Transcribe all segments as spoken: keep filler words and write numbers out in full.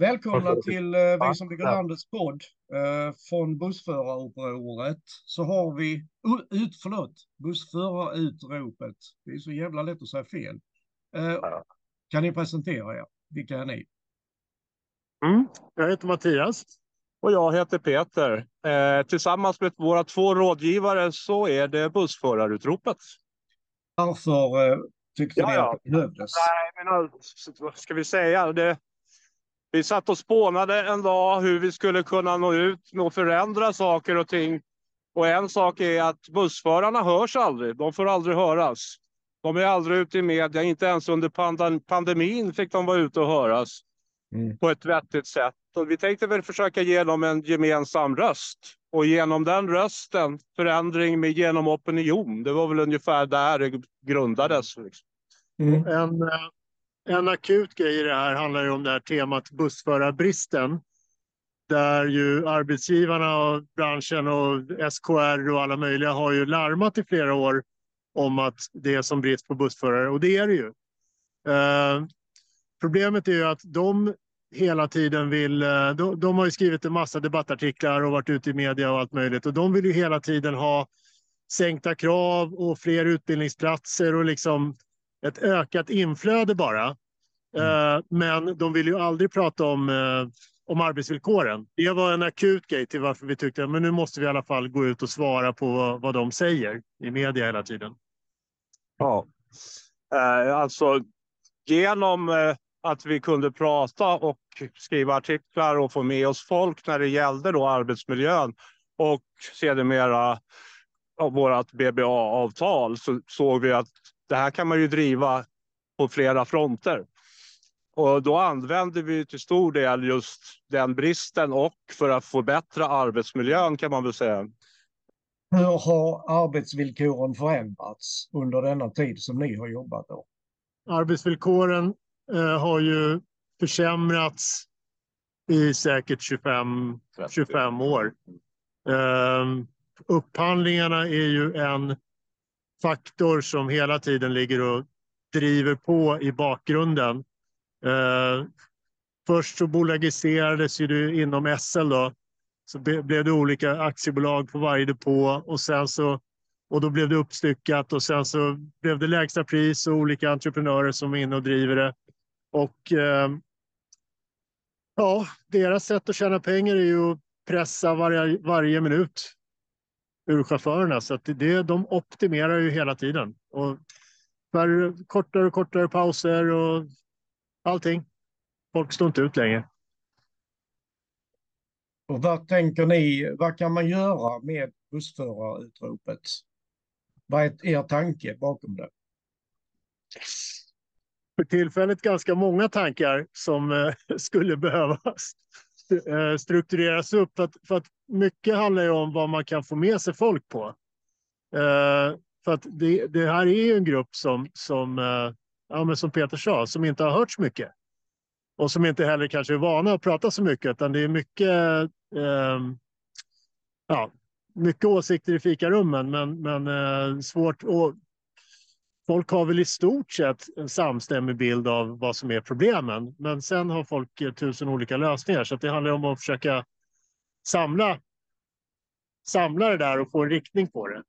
Välkomna till eh, Vi som bygger Ja. landets podd eh, från bussförarupproret. Så har vi, uh, ut, förlåt, bussförarutropet. Det är så jävla lätt att säga fel. Eh, Ja. kan ni presentera er? Vilka är ni? Mm. Jag heter Mattias. Och jag heter Peter. Eh, tillsammans med våra två rådgivare så är det bussförarutropet. Varför eh, tyckte Ja, ni att ja. det behövdes? Nej, men alltså, vad ska vi säga? Det, vi satt och spånade en dag hur vi skulle kunna nå ut och förändra saker och ting. Och en sak är att bussförarna hörs aldrig. De får aldrig höras. De är aldrig ute i media. Inte ens under pandem- pandemin fick de vara ute och höras Mm. på ett vettigt sätt. Och vi tänkte väl försöka ge dem en gemensam röst. Och genom den rösten, förändring med genom opinion. Det var väl ungefär där det grundades. Liksom. Mm. En, eh, en akut grej i det här handlar ju om det här temat bussförarbristen. Där ju arbetsgivarna och branschen och S K R och alla möjliga har ju larmat i flera år om att det är som brist på bussförare. Och det är det ju. Eh, problemet är ju att de hela tiden vill... eh, De, de har ju skrivit en massa debattartiklar och varit ute i media och allt möjligt. Och de vill ju hela tiden ha sänkta krav och fler utbildningsplatser och liksom ett ökat inflöde bara. Mm. Men de vill ju aldrig prata om, om arbetsvillkoren. Det var en akut grej till varför vi tyckte att nu måste vi i alla fall gå ut och svara på vad, vad de säger i media hela tiden. Ja, eh, alltså genom eh, att vi kunde prata och skriva artiklar och få med oss folk när det gällde då arbetsmiljön och sedermera av vårt B B A-avtal så såg vi att det här kan man ju driva på flera fronter. Och då använder vi till stor del just den bristen och för att förbättra arbetsmiljön kan man väl säga. Hur har arbetsvillkoren förändrats under denna tid som ni har jobbat då? Arbetsvillkoren eh, har ju försämrats i säkert tjugofem, tjugofem år. Eh, upphandlingarna är ju en faktor som hela tiden ligger och driver på i bakgrunden. Eh, först så bolagiserades ju det inom S L då. Så be, blev det olika aktiebolag på varje depå och sen så och då blev det uppstyckat och sen så blev det lägsta pris och olika entreprenörer som är inne och driver det. Och eh, ja, deras sätt att tjäna pengar är ju att pressa varje, varje minut ur chaufförerna. Så att det, de optimerar ju hela tiden. Och för kortare och kortare pauser och allting. Folk står inte ut längre. Och vad tänker ni, vad kan man göra med bussförarutropet? Vad är er tanke bakom det? För tillfället ganska många tankar som eh, skulle behövas eh, struktureras upp. För att, för att mycket handlar ju om vad man kan få med sig folk på. Eh, för att det, det här är ju en grupp som, som, eh, ja, men som Peter sa, som inte har hört så mycket. Och som inte heller kanske är vana att prata så mycket. Utan det är mycket, eh, ja, mycket åsikter i fikarummen. Men, men eh, svårt att... Folk har väl i stort sett en samstämmig bild av vad som är problemen. Men sen har folk tusen olika lösningar. Så det handlar om att försöka samla, samla det där och få en riktning på det.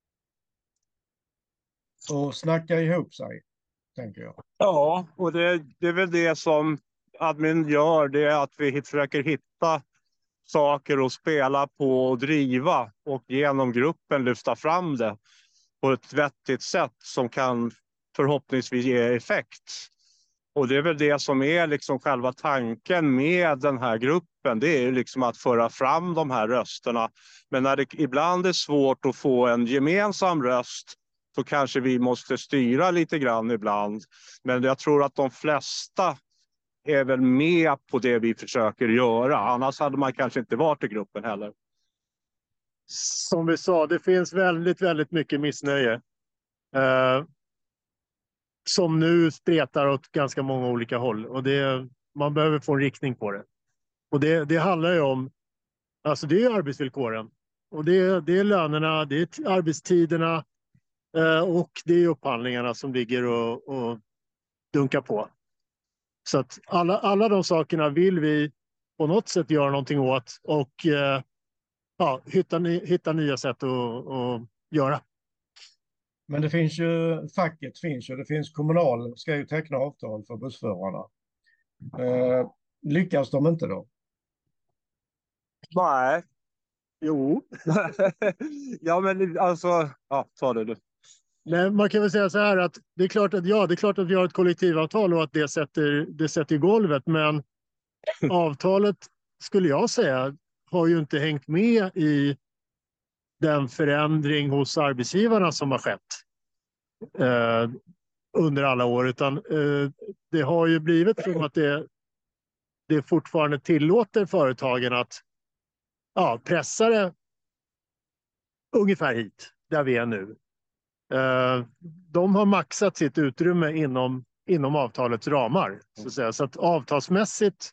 Och snacka ihop sig, tänker jag. Ja, och det, det är väl det som admin gör. Det är att vi försöker hitta saker att spela på och driva. Och genom gruppen lyfta fram det på ett vettigt sätt som kan förhoppningsvis ge effekt. Och det är väl det som är liksom själva tanken med den här gruppen. Det är liksom att föra fram de här rösterna. Men när det ibland är svårt att få en gemensam röst så kanske vi måste styra lite grann ibland. Men jag tror att de flesta är väl med på det vi försöker göra. Annars hade man kanske inte varit i gruppen heller. Som vi sa, det finns väldigt, väldigt mycket missnöje. Eh, som nu spretar åt ganska många olika håll. Och det, man behöver få en riktning på det. Och det, det handlar ju om, alltså det är arbetsvillkoren. Och det, det är lönerna, det är arbetstiderna eh, och det är upphandlingarna som ligger och, och dunkar på. Så att alla, alla de sakerna vill vi på något sätt göra någonting åt och eh, ja, hitta, hitta nya sätt att, att göra. Men det finns ju, facket finns ju, det finns Kommunal, ska ju teckna avtal för bussförarna. Eh, lyckas de inte då? Nej. Jo. Ja, men alltså, ja, ta det du. Nej, man kan väl säga så här att det är klart att, ja, det är klart att vi har ett kollektivavtal och att det sätter, det sätter golvet, men avtalet skulle jag säga har ju inte hängt med i den förändring hos arbetsgivarna som har skett eh, under alla år, utan eh, det har ju blivit som att det, det fortfarande tillåter företagen att ja, pressa det ungefär hit där vi är nu. Eh, de har maxat sitt utrymme inom, inom avtalets ramar. Så att, säga. Så att avtalsmässigt,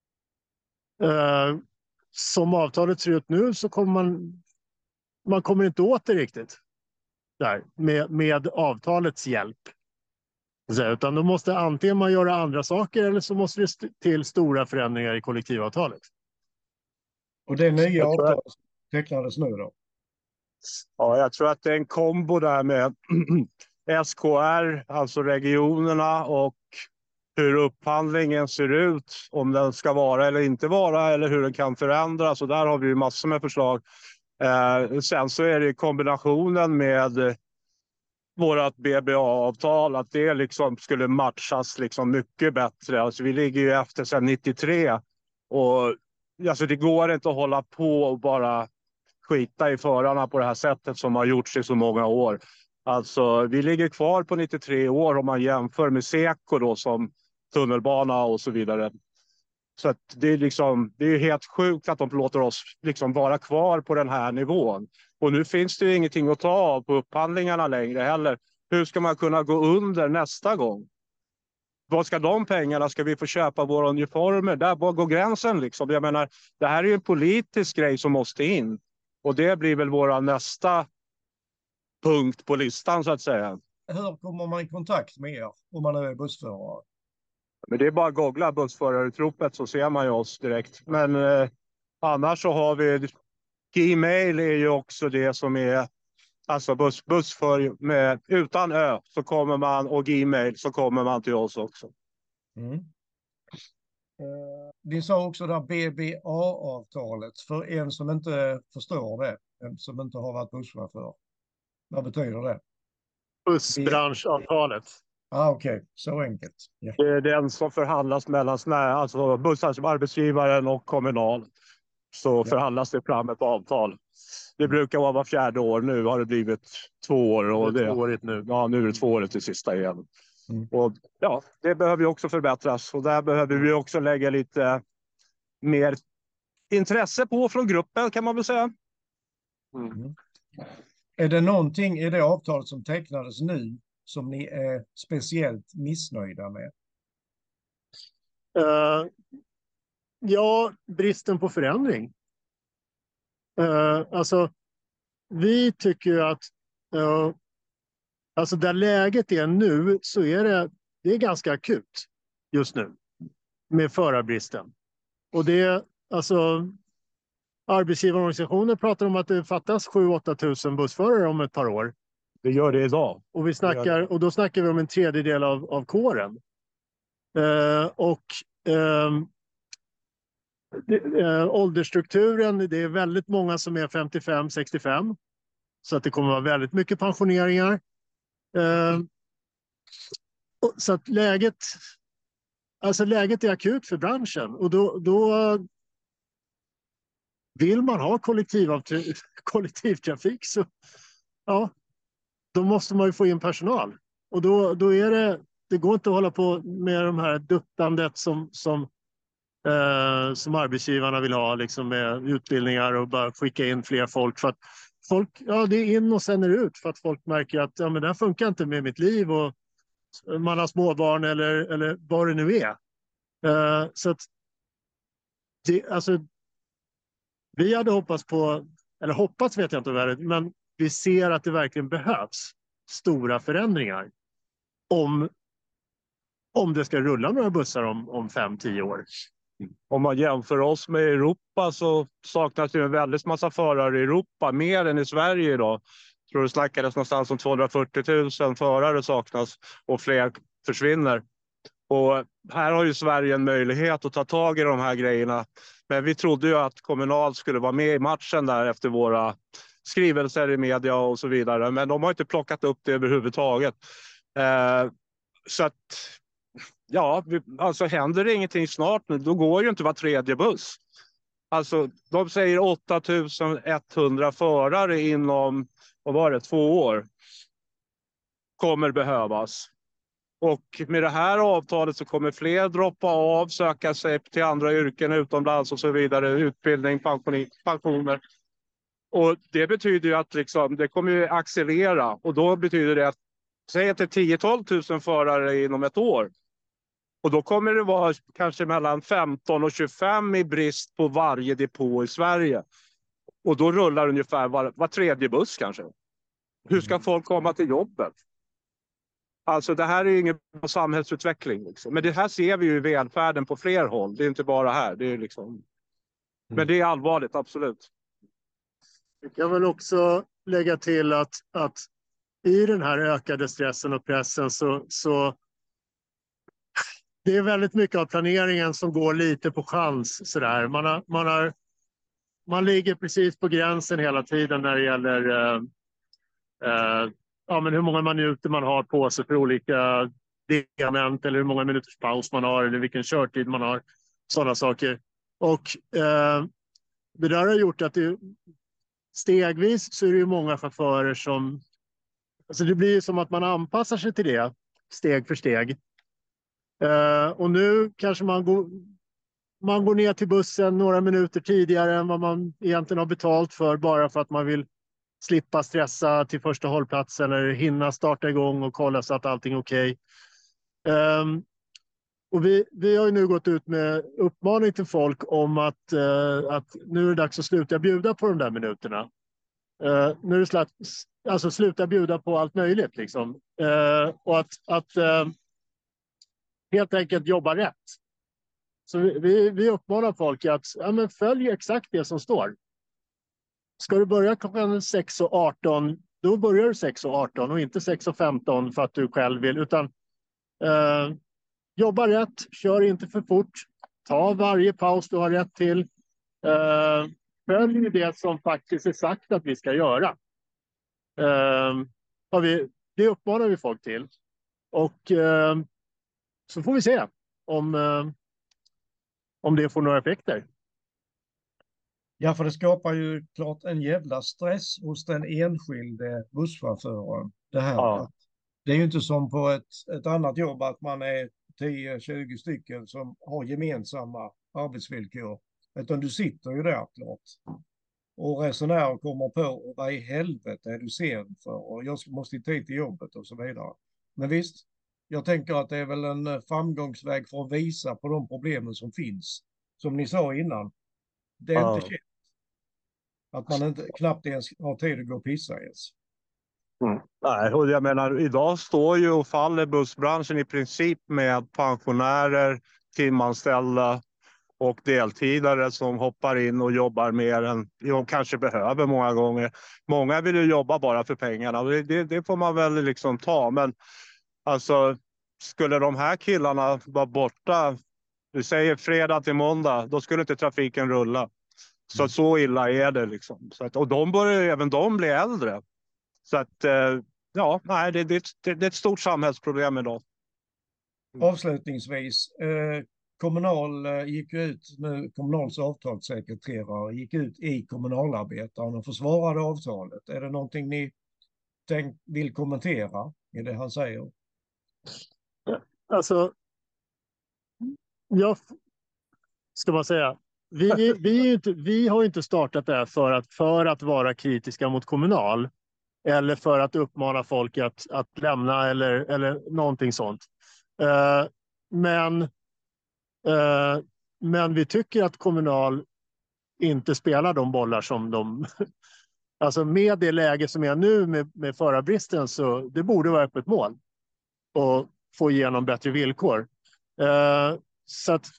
eh, som avtalet ser ut nu, så kommer man, man kommer inte åt det riktigt där, med, med avtalets hjälp. Så att säga. Utan då måste antingen man göra andra saker eller så måste det st- till stora förändringar i kollektivavtalet. Och det nya Jag tror avtalet tecknades nu då? Ja, jag tror att det är en kombo där med S K R, alltså regionerna, och hur upphandlingen ser ut, om den ska vara eller inte vara, eller hur den kan förändras. Och där har vi ju massor med förslag. Eh, sen så är det kombinationen med vårt B B A-avtal, att det liksom skulle matchas liksom mycket bättre. Alltså vi ligger ju efter sedan nittiotre och alltså det går inte att hålla på och bara skita i förarna på det här sättet som har gjorts i så många år. Alltså vi ligger kvar på nittiotre år om man jämför med Seko då, som tunnelbana och så vidare. Så att det är liksom, det är helt sjukt att de låter oss liksom vara kvar på den här nivån. Och nu finns det ju ingenting att ta av på upphandlingarna längre heller. Hur ska man kunna gå under nästa gång? Vad ska de pengarna? Ska vi få köpa våra uniformer? Där går gränsen liksom. Jag menar, det här är ju en politisk grej som måste in. Och det blir väl våra nästa punkt på listan så att säga. Hur kommer man i kontakt med er om man är bussförare? Men det är bara att googla bussförarutropet så ser man ju oss direkt. Men eh, annars så har vi Gmail är ju också det som är alltså buss, bussför med utan ö så kommer man, och Gmail så kommer man till oss också. Mm. Eh, ni sa också det här B B A-avtalet, för en som inte förstår det, en som inte har varit busschaufför. Vad betyder det? Bussbranschavtalet. Ah, okej, okay. Så enkelt. Yeah. Det är den som förhandlas mellan alltså bussar som arbetsgivaren och Kommunal. Så Ja. förhandlas det fram ett avtal. Det brukar vara var fjärde år. Nu har det blivit två år. Och det är det, tvåårigt nu. Ja, nu är det tvåårigt till sista igen. Mm. Och ja, det behöver ju också förbättras. Och där behöver vi också lägga lite mer intresse på från gruppen kan man väl säga. Mm. Mm. Är det någonting i det avtalet som tecknades nu som ni är speciellt missnöjda med? Uh, ja, bristen på förändring. Uh, alltså, vi tycker ju att uh, alltså där läget är nu så är det, det är ganska akut just nu med förarbristen. Och det, alltså, arbetsgivarorganisationer pratar om att det fattas sju till åtta tusen bussförare om ett par år. Det gör det idag. Och, vi snackar, och då snackar vi om en tredjedel av, av kåren. Uh, och uh, det, uh, åldersstrukturen, det är väldigt många som är femtiofem sextiofem. Så att det kommer att vara väldigt mycket pensioneringar. Uh, och, så att läget, alltså läget är akut för branschen. Och då, då vill man ha kollektivtrafik så ja, då måste man ju få in personal. Och då, då är det, det går inte att hålla på med de här duttandet som, som, eh, som arbetsgivarna vill ha, liksom med utbildningar och bara skicka in fler folk. För att folk, ja det är in och sen är det ut för att folk märker att ja, men det här funkar inte med mitt liv och man har småbarn eller, eller vad det nu är. Eh, så att det, alltså vi hade hoppats på, eller hoppats vet jag inte vad det är, men vi ser att det verkligen behövs stora förändringar om, om det ska rulla några bussar om, om fem, tio år. Om man jämför oss med Europa så saknas det en väldigt massa förare i Europa, mer än i Sverige idag. Jag tror det snackades någonstans om tvåhundrafyrtio tusen förare saknas och fler försvinner. Och här har ju Sverige en möjlighet att ta tag i de här grejerna. Men vi trodde ju att Kommunal skulle vara med i matchen där efter våra skrivelser i media och så vidare. Men de har inte plockat upp det överhuvudtaget. Eh, så att, ja, alltså händer det ingenting snart nu, då går ju inte var tredje buss. Alltså, de säger åtta tusen etthundra förare inom, vad var det, två år kommer behövas. Och med det här avtalet så kommer fler droppa av, söka sig till andra yrken utomlands och så vidare, utbildning, pensioner. Och det betyder ju att liksom, det kommer ju accelerera och då betyder det att säg att det är tio till tolv tusen förare inom ett år. Och då kommer det vara kanske mellan femton och tjugofem i brist på varje depå i Sverige. Och då rullar ungefär var, var tredje buss kanske. Hur ska folk komma till jobbet? Alltså det här är ju ingen samhällsutveckling. Liksom. Men det här ser vi ju i välfärden på fler håll. Det är inte bara här. Det är liksom... Men det är allvarligt, absolut. Jag kan väl också lägga till att, att i den här ökade stressen och pressen så, så det är väldigt mycket av planeringen som går lite på chans. Sådär. Man, har, man, har, man ligger precis på gränsen hela tiden när det gäller eh, eh, ja, men hur många minuter man har på sig för olika diament eller hur många minuters paus man har eller vilken körtid man har. Sådana saker. Och eh, det där har gjort att det, stegvis så är det ju många chaufförer som... Alltså det blir som att man anpassar sig till det steg för steg. Uh, och nu kanske man går, man går ner till bussen några minuter tidigare än vad man egentligen har betalt för bara för att man vill slippa stressa till första hållplatsen eller hinna starta igång och kolla så att allting är okej. Okay. Um, och vi, vi har ju nu gått ut med uppmaning till folk om att, uh, att nu är det dags att sluta bjuda på de där minuterna. Uh, nu är det slatt, alltså sluta bjuda på allt möjligt liksom. Uh, och att, att uh, helt enkelt jobba rätt. Så vi, vi, vi uppmanar folk att ja, men följ exakt det som står. Ska du börja klockan sex och arton, då börjar du sex och arton och inte sex och femton för att du själv vill. Utan uh, jobba rätt, kör inte för fort. Ta varje paus du har rätt till. Uh, följ det som faktiskt är sagt att vi ska göra. Uh, har vi, det uppmanar vi folk till. Och uh, så får vi se om, uh, om det får några effekter. Ja, för det skapar ju klart en jävla stress hos den enskilde busschauffören. Det här. Ja. Det är ju inte som på ett, ett annat jobb att man är tio tjugo stycken som har gemensamma arbetsvillkor. Utan du sitter ju där klart. Och resenärer kommer på vad i helvete är du sen för och jag måste i tid till jobbet och så vidare. Men visst, jag tänker att det är väl en framgångsväg för att visa på de problemen som finns. Som ni sa innan, det är Ja. inte känt. Att man inte knappt ens har tid att gå och pissa ens. Mm. Nej, och jag menar, idag står ju och faller bussbranschen i princip med pensionärer, timanställda och deltidare som hoppar in och jobbar mer än de kanske behöver många gånger. Många vill ju jobba bara för pengarna. Det, det, det får man väl liksom ta. Men alltså, skulle de här killarna vara borta, vi säger fredag till måndag, då skulle inte trafiken rulla. Så mm. så illa är det liksom. Så att, och de börjar även de bli äldre. Så att, ja, nej, det, det, det, det är ett stort samhällsproblem idag. Avslutningsvis, eh, Kommunal eh, gick ut nu, Kommunals avtalssekreterare gick ut i Kommunalarbetaren och försvarade avtalet. Är det någonting ni tänk, vill kommentera i det han säger? Alltså, jag ska man säga, vi, vi, inte, vi har inte startat det här för att, för att vara kritiska mot Kommunal eller för att uppmana folk att, att lämna eller, eller någonting sånt. Uh, men, uh, men vi tycker att Kommunal inte spelar de bollar som de... Alltså med det läge som är nu med, med förarbristen så det borde vara öppet mål. Och få igenom bättre villkor. Eh, så att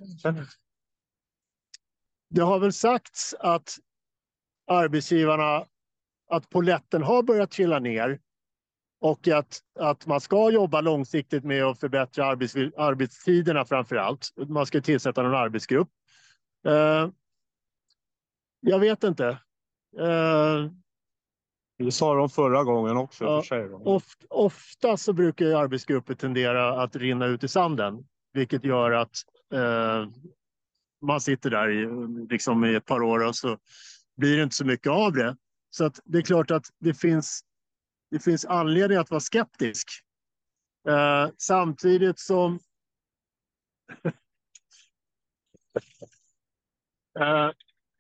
det har väl sagts att arbetsgivarna, att poletten har börjat trilla ner och att, att man ska jobba långsiktigt med att förbättra arbets, arbetstiderna framför allt. Man ska tillsätta en arbetsgrupp. Eh, jag vet inte. Eh, Det sa de förra gången också. Ja, för sig. Oft, ofta så brukar ju arbetsgrupper tendera att rinna ut i sanden, vilket gör att eh, man sitter där i, liksom i ett par år och så blir det inte så mycket av det. Så att det är klart att det finns, det finns anledning att vara skeptisk. Eh, samtidigt som eh,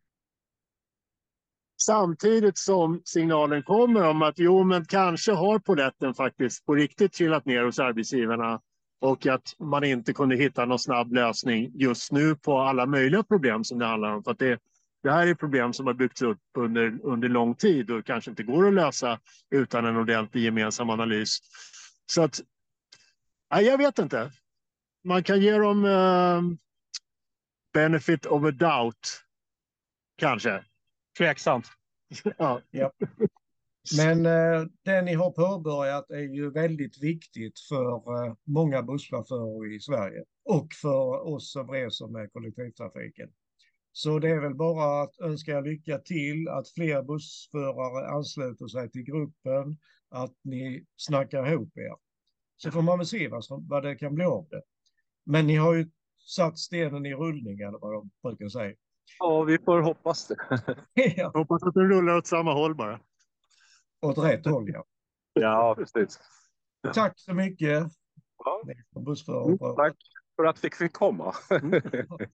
Samtidigt som signalen kommer om att jo, men kanske har poletten faktiskt på riktigt trillat ner hos arbetsgivarna och att man inte kunde hitta någon snabb lösning just nu på alla möjliga problem som det handlar om. För att det, det här är problem som har byggts upp under, under lång tid och kanske inte går att lösa utan en ordentlig gemensam analys. Så att, nej, jag vet inte. Man kan ge dem eh, benefit of a doubt, kanske. Tveksamt. Ja. Ja. Men eh, det ni har påbörjat är ju väldigt viktigt för eh, många busschaufförer i Sverige och för oss som reser med kollektivtrafiken. Så det är väl bara att önska er lycka till, att fler bussförare ansluter sig till gruppen, att ni snackar ihop er. Så får man väl se vad, som, vad det kan bli av det. Men ni har ju satt stenen i rullning, eller vad de brukar säga. Ja, vi får hoppas det. Jag hoppas att den rullar åt samma håll bara. Åt rätt håll, ja. Ja, precis. Tack så mycket. Ja. Bussförare. Tack för att vi fick komma.